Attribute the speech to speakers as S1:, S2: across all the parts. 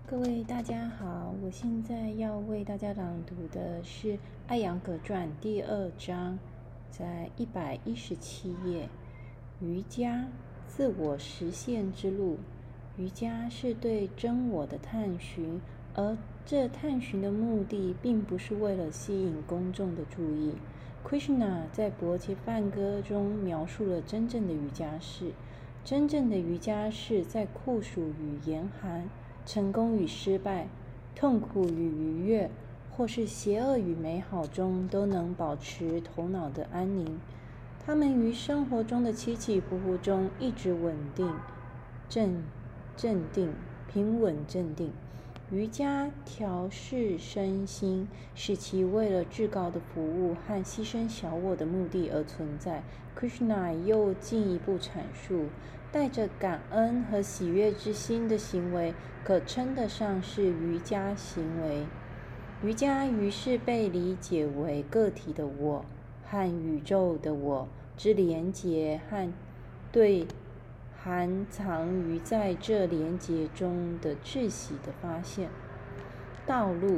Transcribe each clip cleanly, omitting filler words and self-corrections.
S1: 各位大家好，我现在要为大家朗读的是《艾扬格传》第2章，在117页。瑜伽，自我实现之路。瑜伽是对真我的探寻，而这探寻的目的并不是为了吸引公众的注意。Krishna 在《薄伽梵歌》中描述了真正的瑜伽士。真正的瑜伽士在酷暑与严寒、成功与失败、痛苦与愉悦，或是邪恶与美好中，都能保持头脑的安宁。他们于生活中的起起伏伏中一直稳定、镇定、平稳镇定。瑜伽调适身心，使其为了至高的服务和牺牲小我的目的而存在。Krishna 又进一步阐述，带着感恩和喜悦之心的行为，可称得上是瑜伽行为。瑜伽于是被理解为个体的我和宇宙的我之连结和对含藏于在这连结中的窒息的发现。道路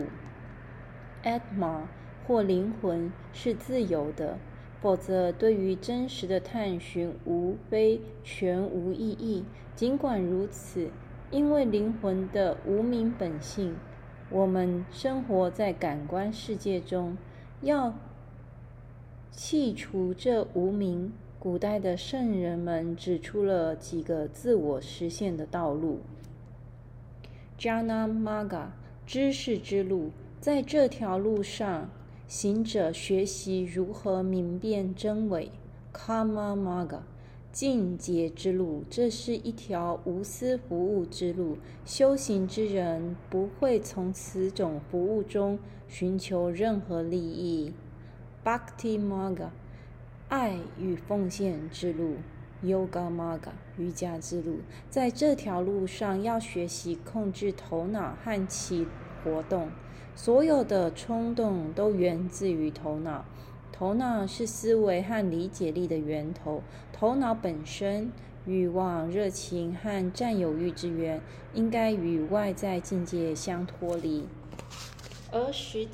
S1: Atma 或灵魂是自由的，否则对于真实的探寻无非全无意义。尽管如此，因为灵魂的无明本性，我们生活在感官世界中。要弃除这无明，古代的圣人们指出了几个自我实现的道路。Jnana Marga 知识之路，在这条路上，行者学习如何明辨真伪。Karma Marga 净洁之路，这是一条无私服务之路。修行之人不会从此种服务中寻求任何利益。Bhakti Marga 爱与奉献之路。Yoga Marga 瑜伽之路，在这条路上要学习控制头脑和其活动。所有的冲动都源自于头脑。头脑是思维和理解力的源头。头脑本身，欲望、热情和占有欲之源，应该与外在境界相脱离。而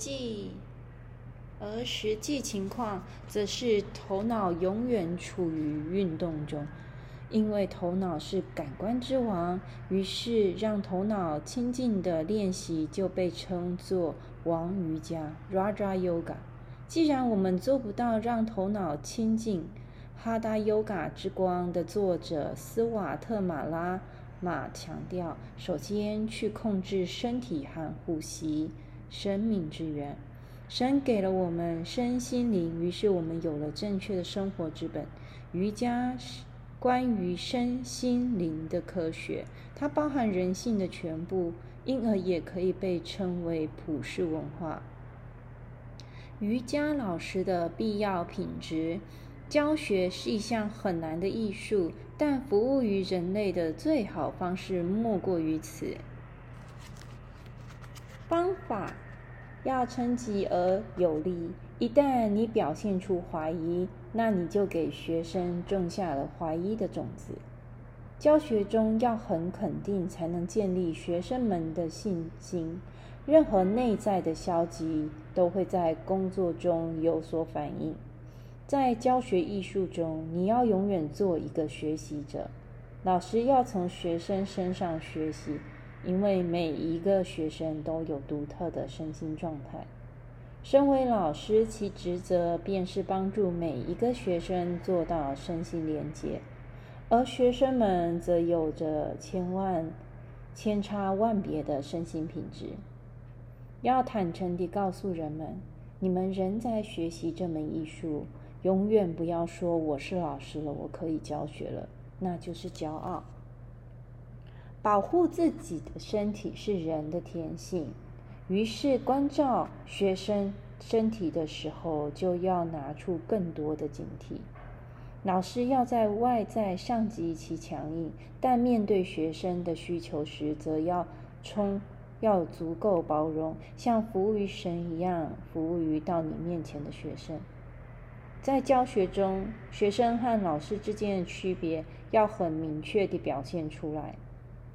S1: 实际情况则是头脑永远处于运动中。因为头脑是感官之王，于是让头脑清净的练习就被称作王瑜伽 Raja Yoga。 既然我们做不到让头脑清净，哈达 Yoga 之光的作者斯瓦特马拉玛强调，首先去控制身体和呼吸，生命之源。神给了我们身心灵，于是我们有了正确的生活之本。瑜伽是关于身心灵的科学，它包含人性的全部，因而也可以被称为普世文化。瑜伽老师的必要品质。教学是一项很难的艺术，但服务于人类的最好方式莫过于此。方法要称极而有力。一旦你表现出怀疑，那你就给学生种下了怀疑的种子。教学中要很肯定，才能建立学生们的信心。任何内在的消极都会在工作中有所反应。在教学艺术中，你要永远做一个学习者。老师要从学生身上学习，因为每一个学生都有独特的身心状态。身为老师，其职责便是帮助每一个学生做到身心连结，而学生们则有着千差万别的身心品质。要坦诚地告诉人们，你们仍在学习这门艺术。永远不要说我是老师了，我可以教学了，那就是骄傲。保护自己的身体是人的天性，于是关照学生身体的时候，就要拿出更多的警惕。老师要在外在上极其强硬，但面对学生的需求时，则要足够包容，像服务于神一样服务于到你面前的学生。在教学中，学生和老师之间的区别要很明确地表现出来。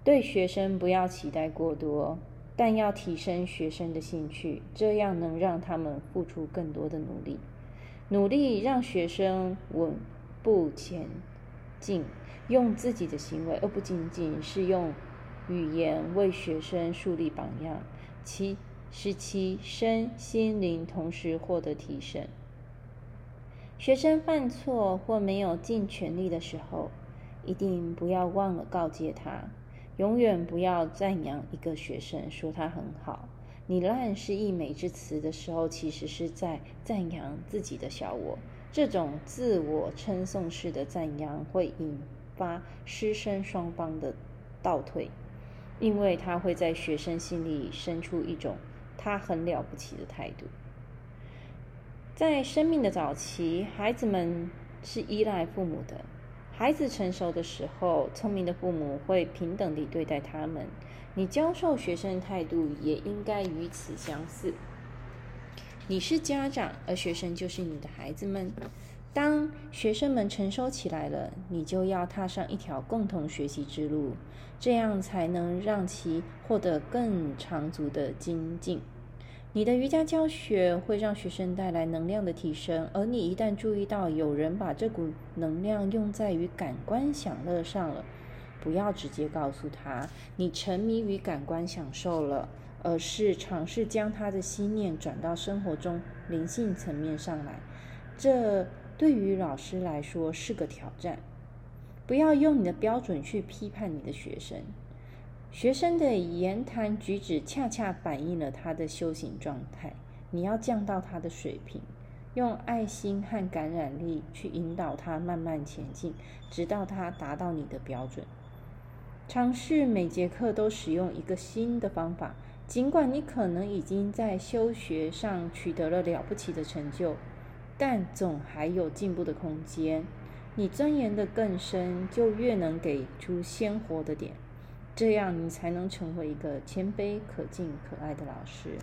S1: 对学生不要期待过多，但要提升学生的兴趣，这样能让他们付出更多的努力让学生稳步前进，用自己的行为，而不仅仅是用语言为学生树立榜样，使其身心灵同时获得提升。学生犯错或没有尽全力的时候，一定不要忘了告诫他，永远不要赞扬一个学生，说他很好。你滥施溢美之词的时候，其实是在赞扬自己的小我。这种自我称颂式的赞扬会引发师生双方的倒退，因为他会在学生心里生出一种他很了不起的态度。在生命的早期，孩子们是依赖父母的。孩子成熟的时候，聪明的父母会平等地对待他们。你教授学生的态度也应该与此相似。你是家长，而学生就是你的孩子们。当学生们成熟起来了，你就要踏上一条共同学习之路，这样才能让其获得更长足的精进。你的瑜伽教学会让学生带来能量的提升，而你一旦注意到有人把这股能量用在于感官享乐上了，不要直接告诉他你沉迷于感官享受了，而是尝试将他的心念转到生活中灵性层面上来。这对于老师来说是个挑战。不要用你的标准去批判你的学生。学生的言谈举止恰恰反映了他的修行状态，你要降到他的水平，用爱心和感染力去引导他慢慢前进，直到他达到你的标准。尝试每节课都使用一个新的方法，尽管你可能已经在修学上取得了了不起的成就，但总还有进步的空间。你钻研得更深，就越能给出鲜活的点，这样你才能成为一个谦卑、可敬、可爱的老师。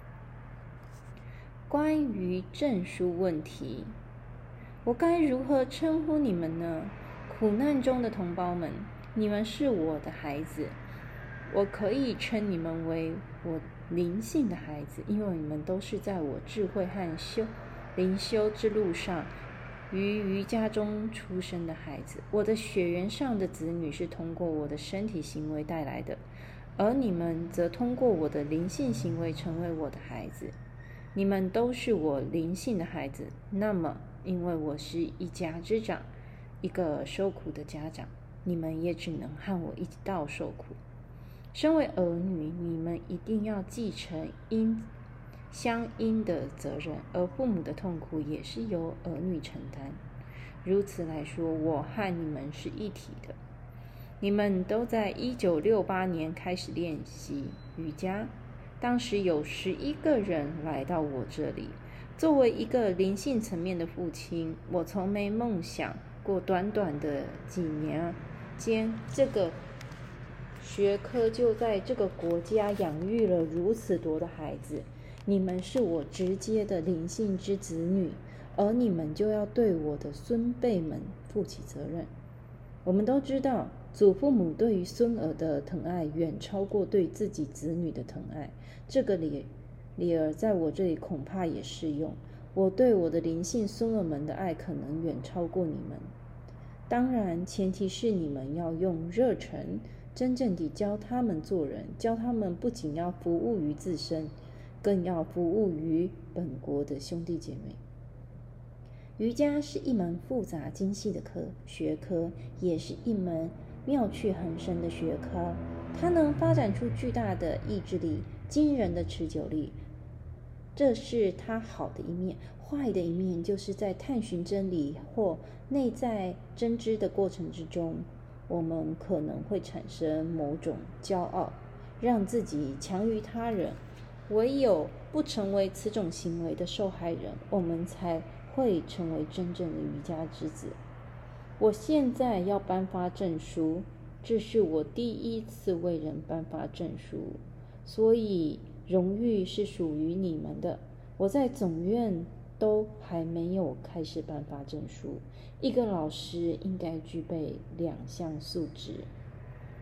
S1: 关于证书问题，我该如何称呼你们呢？苦难中的同胞们，你们是我的孩子，我可以称你们为我灵性的孩子，因为你们都是在我智慧和灵修之路上于瑜伽中出生的孩子。我的血缘上的子女是通过我的身体行为带来的，而你们则通过我的灵性行为成为我的孩子。你们都是我灵性的孩子，那么因为我是一家之长，一个受苦的家长，你们也只能和我一道受苦。身为儿女，你们一定要继承相应的责任，而父母的痛苦也是由儿女承担。如此来说，我和你们是一体的。你们都在1968年开始练习瑜伽，当时有11个人来到我这里。作为一个灵性层面的父亲，我从没梦想过短短的几年间，这个学科就在这个国家养育了如此多的孩子。你们是我直接的灵性之子女，而你们就要对我的孙辈们负起责任。我们都知道，祖父母对于孙儿的疼爱远超过对自己子女的疼爱，这个理儿在我这里恐怕也适用。我对我的灵性孙儿们的爱可能远超过你们。当然，前提是你们要用热忱真正地教他们做人，教他们不仅要服务于自身，更要服务于本国的兄弟姐妹。瑜伽是一门复杂精细的学科，也是一门妙趣横生的学科。它能发展出巨大的意志力、惊人的持久力，这是它好的一面。坏的一面就是在探寻真理或内在真知的过程之中，我们可能会产生某种骄傲，让自己强于他人。唯有不成为此种行为的受害人，我们才会成为真正的瑜伽之子。我现在要颁发证书，这是我第一次为人颁发证书，所以荣誉是属于你们的。我在总院都还没有开始颁发证书。一个老师应该具备2项素质：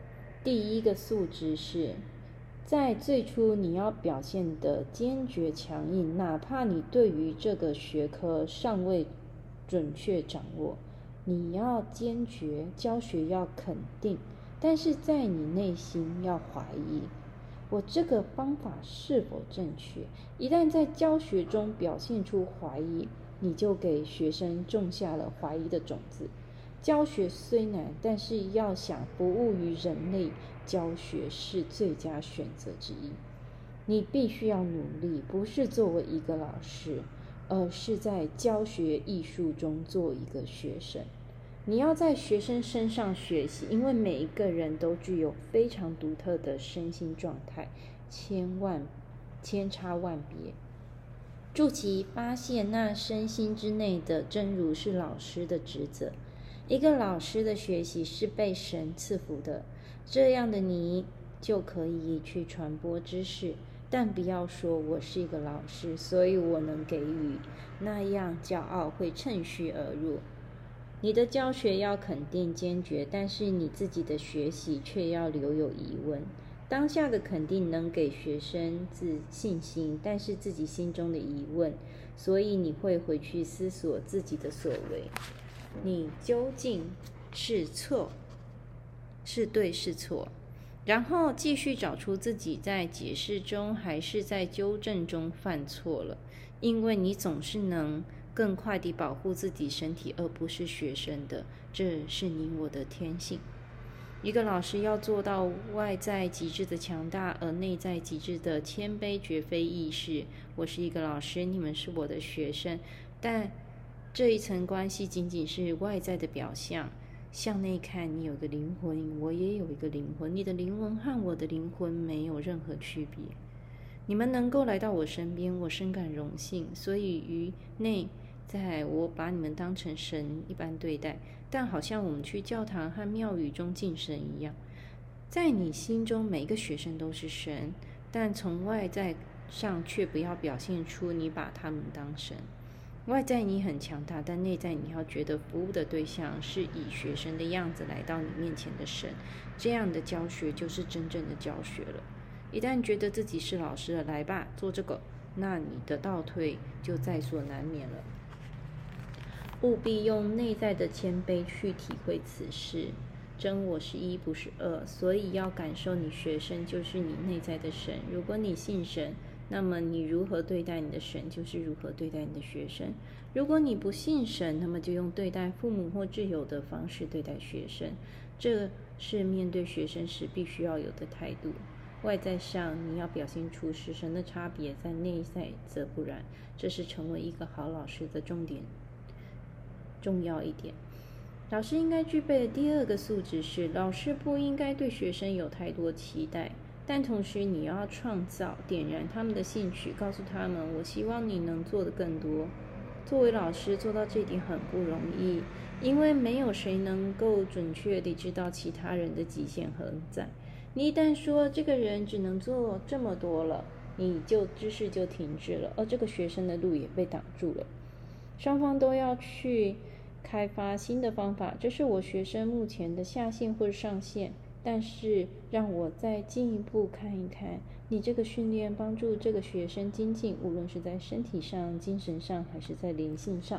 S1: 第一个素质是，在最初你要表现的坚决强硬，哪怕你对于这个学科尚未准确掌握，你要坚决，教学要肯定，但是在你内心要怀疑，我这个方法是否正确？一旦在教学中表现出怀疑，你就给学生种下了怀疑的种子。教学虽难，但是要想服务于人类，教学是最佳选择之一。你必须要努力，不是作为一个老师，而是在教学艺术中做一个学生。你要在学生身上学习，因为每一个人都具有非常独特的身心状态，千差万别。筑其发现那身心之内的真如，是老师的职责。一个老师的学习是被神赐福的，这样的你就可以去传播知识，但不要说我是一个老师，所以我能给予，那样骄傲会趁虚而入。你的教学要肯定坚决，但是你自己的学习却要留有疑问。当下的肯定能给学生自信心，但是自己心中的疑问，所以你会回去思索自己的所为。你究竟是错，是对是错，然后继续找出自己在解释中还是在纠正中犯错了，因为你总是能更快地保护自己身体，而不是学生的，这是你我的天性。一个老师要做到外在极致的强大，而内在极致的谦卑，绝非易事。我是一个老师，你们是我的学生，但这一层关系仅仅是外在的表象。向内看，你有个灵魂，我也有一个灵魂，你的灵魂和我的灵魂没有任何区别。你们能够来到我身边，我深感荣幸。所以于内在，我把你们当成神一般对待，但好像我们去教堂和庙宇中敬神一样。在你心中，每一个学生都是神，但从外在上却不要表现出你把他们当神。外在你很强大，但内在你要觉得服务的对象是以学生的样子来到你面前的神，这样的教学就是真正的教学了。一旦觉得自己是老师了，来吧，做这个，那你的倒退就在所难免了。务必用内在的谦卑去体会此事。真我是一，不是二，所以要感受你学生就是你内在的神。如果你信神，那么你如何对待你的神，就是如何对待你的学生。如果你不信神，那么就用对待父母或挚友的方式对待学生，这是面对学生时必须要有的态度。外在上你要表现出师生的差别，在内在则不然，这是成为一个好老师的重要一点。老师应该具备的第二个素质是，老师不应该对学生有太多期待，但同时你要创造、点燃他们的兴趣，告诉他们我希望你能做得更多。作为老师做到这一点很不容易，因为没有谁能够准确地知道其他人的极限何在。你一旦说这个人只能做这么多了，知识就停滞了，而这个学生的路也被挡住了。双方都要去开发新的方法，这是我学生目前的下限或者上限。但是让我再进一步看一看，你这个训练帮助这个学生精进，无论是在身体上、精神上，还是在灵性上。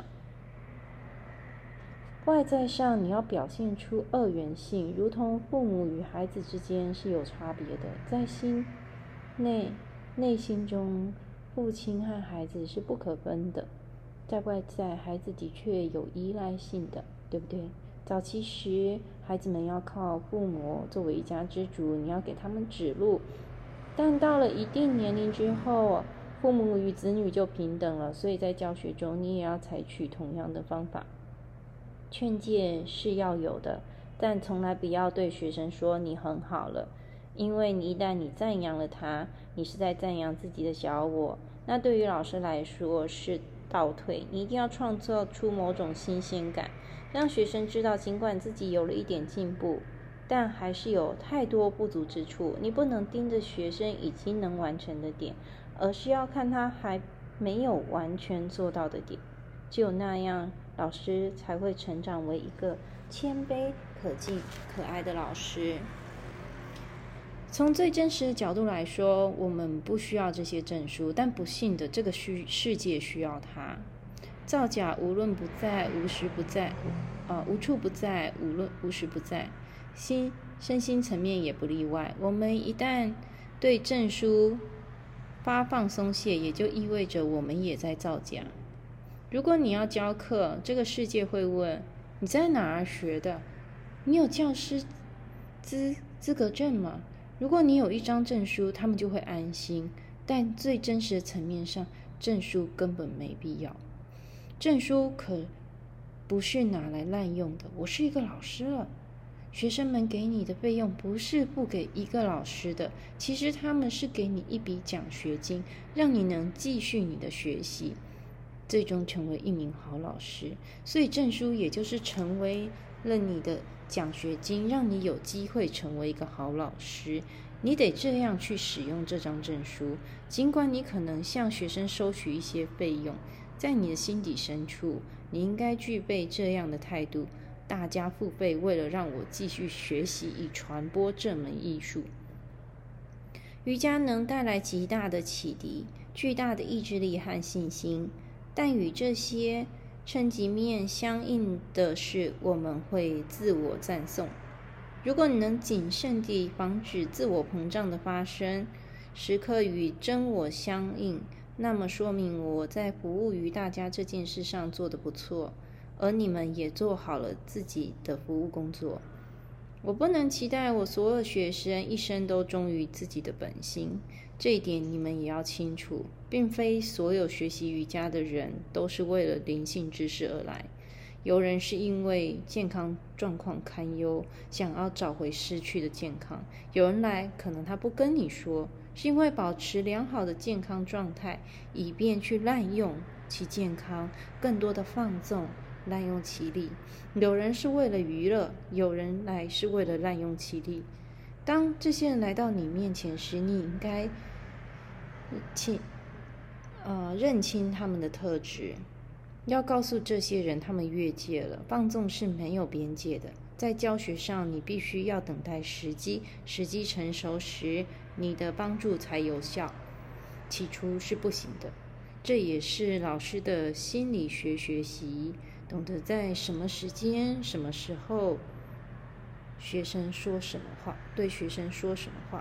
S1: 外在上你要表现出二元性，如同父母与孩子之间是有差别的，在内心中，父亲和孩子是不可分的。在外在，孩子的确有依赖性的，对不对？早期时，孩子们要靠父母作为一家之主，你要给他们指路。但到了一定年龄之后，父母与子女就平等了，所以在教学中，你也要采取同样的方法。劝诫是要有的，但从来不要对学生说你很好了，因为一旦你赞扬了他，你是在赞扬自己的小我，那对于老师来说是倒退。你一定要创造出某种新鲜感，让学生知道尽管自己有了一点进步，但还是有太多不足之处。你不能盯着学生已经能完成的点，而是要看他还没有完全做到的点。只有那样，老师才会成长为一个谦卑、可敬、可爱的老师。 从最真实的角度来说，我们不需要这些证书，但不幸的，这个世界需要它。造假无论不在，无时不在，无处不在，无时不在。身心层面也不例外。我们一旦对证书发放松懈，也就意味着我们也在造假。如果你要教课，这个世界会问你在哪儿学的？你有教师资格证吗？如果你有一张证书，他们就会安心。但最真实的层面上，证书根本没必要。证书可不是拿来滥用的。我是一个老师了，学生们给你的费用不是不给一个老师的，其实他们是给你一笔奖学金，让你能继续你的学习，最终成为一名好老师。所以证书也就是成为了你的奖学金，让你有机会成为一个好老师。你得这样去使用这张证书，尽管你可能向学生收取一些费用，在你的心底深处，你应该具备这样的态度：大家付费为了让我继续学习，以传播这门艺术。瑜伽能带来极大的启迪，巨大的意志力和信心，但与这些层级面相应的是，我们会自我赞颂。如果你能谨慎地防止自我膨胀的发生，时刻与真我相应，那么说明我在服务于大家这件事上做得不错，而你们也做好了自己的服务工作。我不能期待我所有学生一生都忠于自己的本心，这一点你们也要清楚，并非所有学习瑜伽的人都是为了灵性知识而来。有人是因为健康状况堪忧，想要找回失去的健康；有人来，可能他不跟你说，是因为保持良好的健康状态，以便去滥用其健康，更多的放纵，滥用其力。有人是为了娱乐，有人来是为了滥用其力。当这些人来到你面前时，你应该认清他们的特质。要告诉这些人，他们越界了。放纵是没有边界的。在教学上，你必须要等待时机成熟时，你的帮助才有效。起初是不行的。这也是老师的心理学学习，懂得在什么时间、什么时候，学生说什么话，对学生说什么话。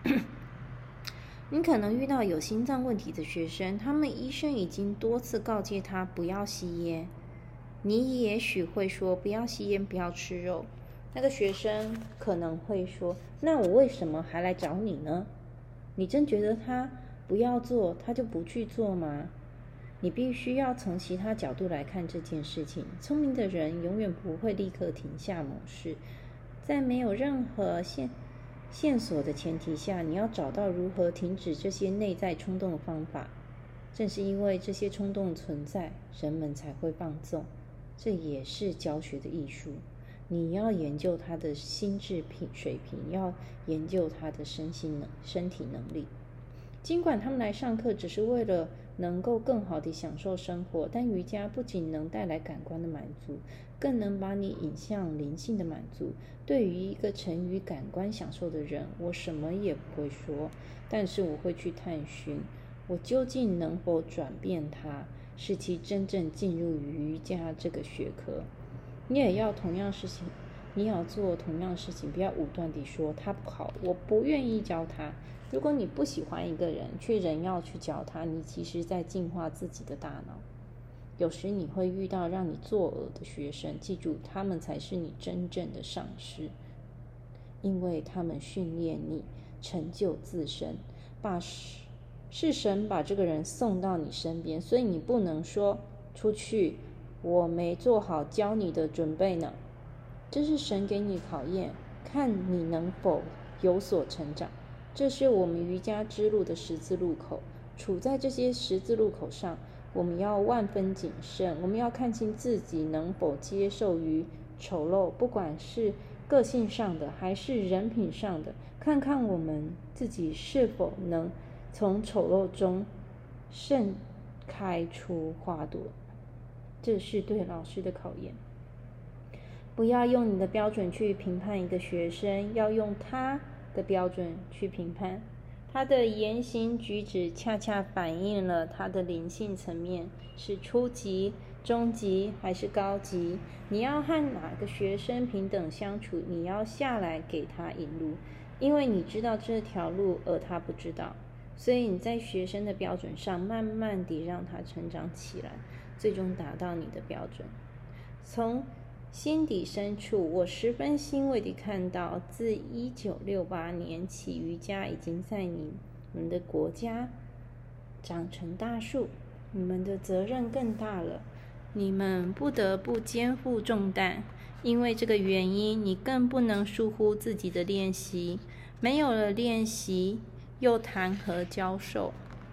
S1: 你可能遇到有心脏问题的学生，他们医生已经多次告诫他不要吸烟。你也许会说不要吸烟，不要吃肉。那个学生可能会说，那我为什么还来找你呢？你真觉得他不要做，他就不去做吗？你必须要从其他角度来看这件事情。聪明的人永远不会立刻停下某事，在没有任何线索的前提下，你要找到如何停止这些内在冲动的方法。正是因为这些冲动存在，人们才会放纵。这也是教学的艺术。你要研究他的心智水平，要研究他的身体能力。尽管他们来上课只是为了能够更好地享受生活，但瑜伽不仅能带来感官的满足，更能把你引向灵性的满足。对于一个沉于感官享受的人，我什么也不会说，但是我会去探寻，我究竟能否转变它，使其真正进入瑜伽这个学科。你也要同样事情，你要做同样的事情，不要武断地说他不好，我不愿意教他。如果你不喜欢一个人，却仍要去教他，你其实在净化自己的大脑。有时你会遇到让你作呕的学生，记住，他们才是你真正的上师，因为他们训练你成就自身，是神把这个人送到你身边，所以你不能说出去，我没做好教你的准备呢。这是神给你考验，看你能否有所成长。这是我们瑜伽之路的十字路口，处在这些十字路口上，我们要万分谨慎，我们要看清自己能否接受于丑陋，不管是个性上的还是人品上的，看看我们自己是否能从丑陋中盛开出花朵。这是对老师的考验。不要用你的标准去评判一个学生，要用他的标准去评判。他的言行举止恰恰反映了他的灵性层面是初级、中级还是高级。你要和哪个学生平等相处，你要下来给他引路，因为你知道这条路，而他不知道。所以你在学生的标准上慢慢地让他成长起来，最终达到你的标准。从心底深处，我十分欣慰地看到，自1968年起，瑜伽已经在你们的国家长成大树。你们的责任更大了，你们不得不肩负重担。因为这个原因，你更不能疏忽自己的练习。没有了练习，又谈何教授？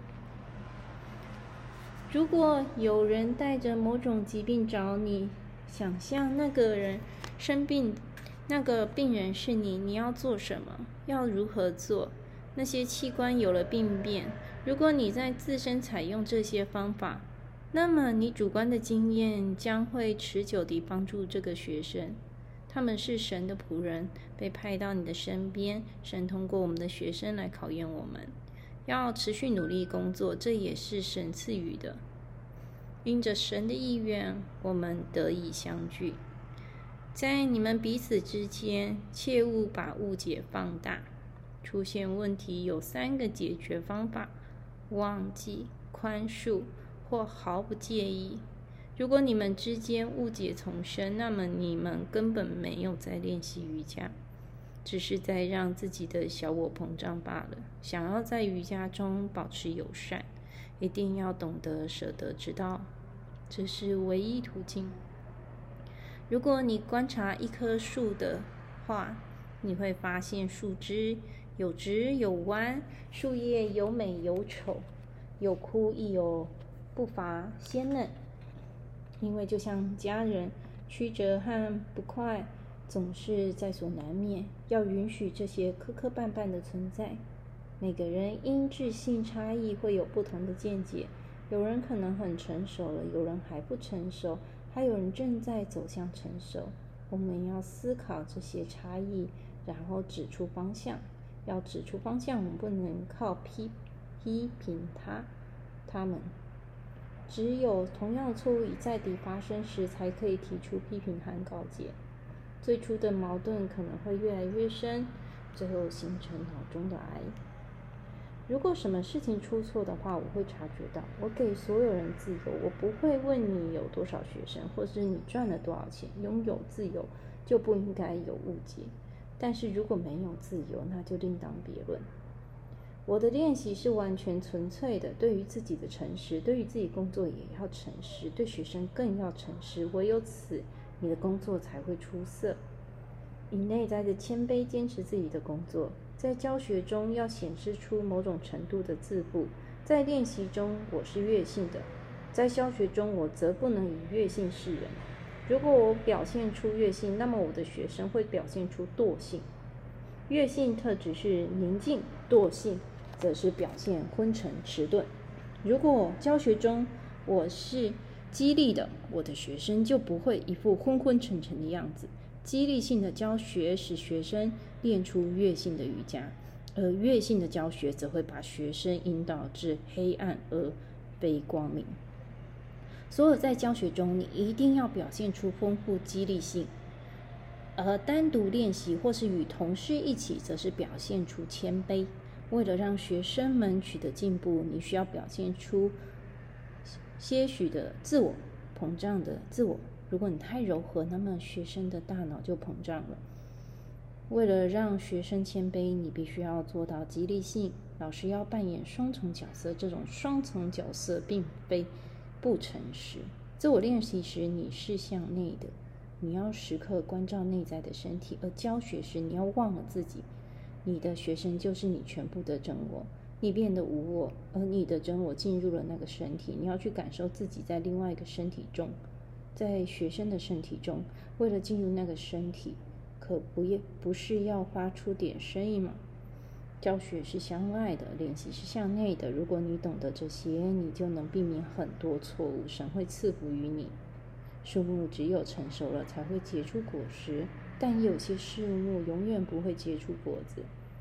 S1: 如果有人带着某种疾病找你，想象那个人生病，那个病人是你，你要做什么？要如何做？那些器官有了病变，如果你在自身采用这些方法，那么你主观的经验将会持久地帮助这个学生。他们是神的仆人，被派到你的身边，神通过我们的学生来考验我们，要持续努力工作，这也是神赐予的。因着神的意愿，我们得以相聚。在你们彼此之间，切勿把误解放大。出现问题有3个解决方法：忘记、宽恕或毫不介意。如果你们之间误解丛生，那么你们根本没有在练习瑜伽，只是在让自己的小我膨胀罢了。想要在瑜伽中保持友善，一定要懂得舍得之道，这是唯一途径。如果你观察一棵树的话，你会发现树枝有直有弯，树叶有美有丑，有枯亦有不乏鲜嫩。因为就像家人，曲折和不快总是在所难免，要允许这些磕磕绊绊的存在。每个人因质性差异会有不同的见解，有人可能很成熟了，有人还不成熟，还有人正在走向成熟。我们要思考这些差异，然后指出方向。要指出方向，我们不能靠批评他们。只有同样的错误一再地发生时，才可以提出批评和告诫。最初的矛盾可能会越来越深，最后形成脑中的癌。如果什么事情出错的话，我会察觉到。我给所有人自由，我不会问你有多少学生，或是你赚了多少钱。拥有自由就不应该有误解，但是如果没有自由，那就另当别论。我的练习是完全纯粹的，对于自己的诚实，对于自己工作也要诚实，对学生更要诚实。唯有此，你的工作才会出色。以内在的谦卑坚持自己的工作，在教学中要显示出某种程度的自负。在练习中，我是悦性的；在教学中，我则不能以悦性示人。如果我表现出悦性，那么我的学生会表现出惰性。悦性特质是宁静，惰性则是表现昏沉迟钝。如果教学中我是激励的，我的学生就不会一副昏昏沉沉的样子。激励性的教学使学生练出悦性的瑜伽，而悦性的教学则会把学生引导至黑暗而非光明。所以在教学中，你一定要表现出丰富激励性，而单独练习或是与同事一起，则是表现出谦卑。为了让学生们取得进步，你需要表现出些许的自我膨胀的自我。如果你太柔和，那么学生的大脑就膨胀了。为了让学生谦卑，你必须要做到激励性。老师要扮演双重角色，这种双重角色并非不诚实。自我练习时，你是向内的，你要时刻关照内在的身体；而教学时，你要忘了自己。你的学生就是你全部的真我，你变得无我，而你的真我进入了那个身体。你要去感受自己在另外一个身体中，在学生的身体中。为了进入那个身体，可不是要发出点声音吗？教学是向外的，练习是向内的。如果你懂得这些，你就能避免很多错误。神会赐福于你。树木只有成熟了才会结出果实，但有些树木永远不会结出果子。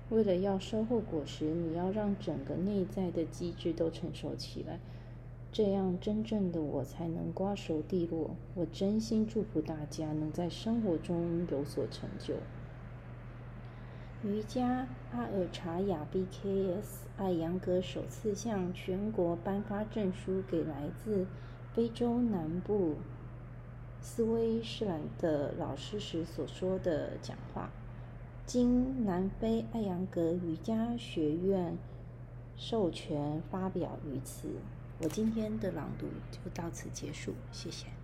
S1: 为了要收获果实，你要让整个内在的机制都成熟起来，这样真正的我才能瓜熟蒂落。我真心祝福大家能在生活中有所成就。瑜伽阿尔查雅 BKS 艾扬格首次向全国颁发证书给来自非洲南部斯威士兰的老师时所说的讲话，经南非艾扬格瑜伽学院授权发表于此。我今天的朗读就到此结束，谢谢。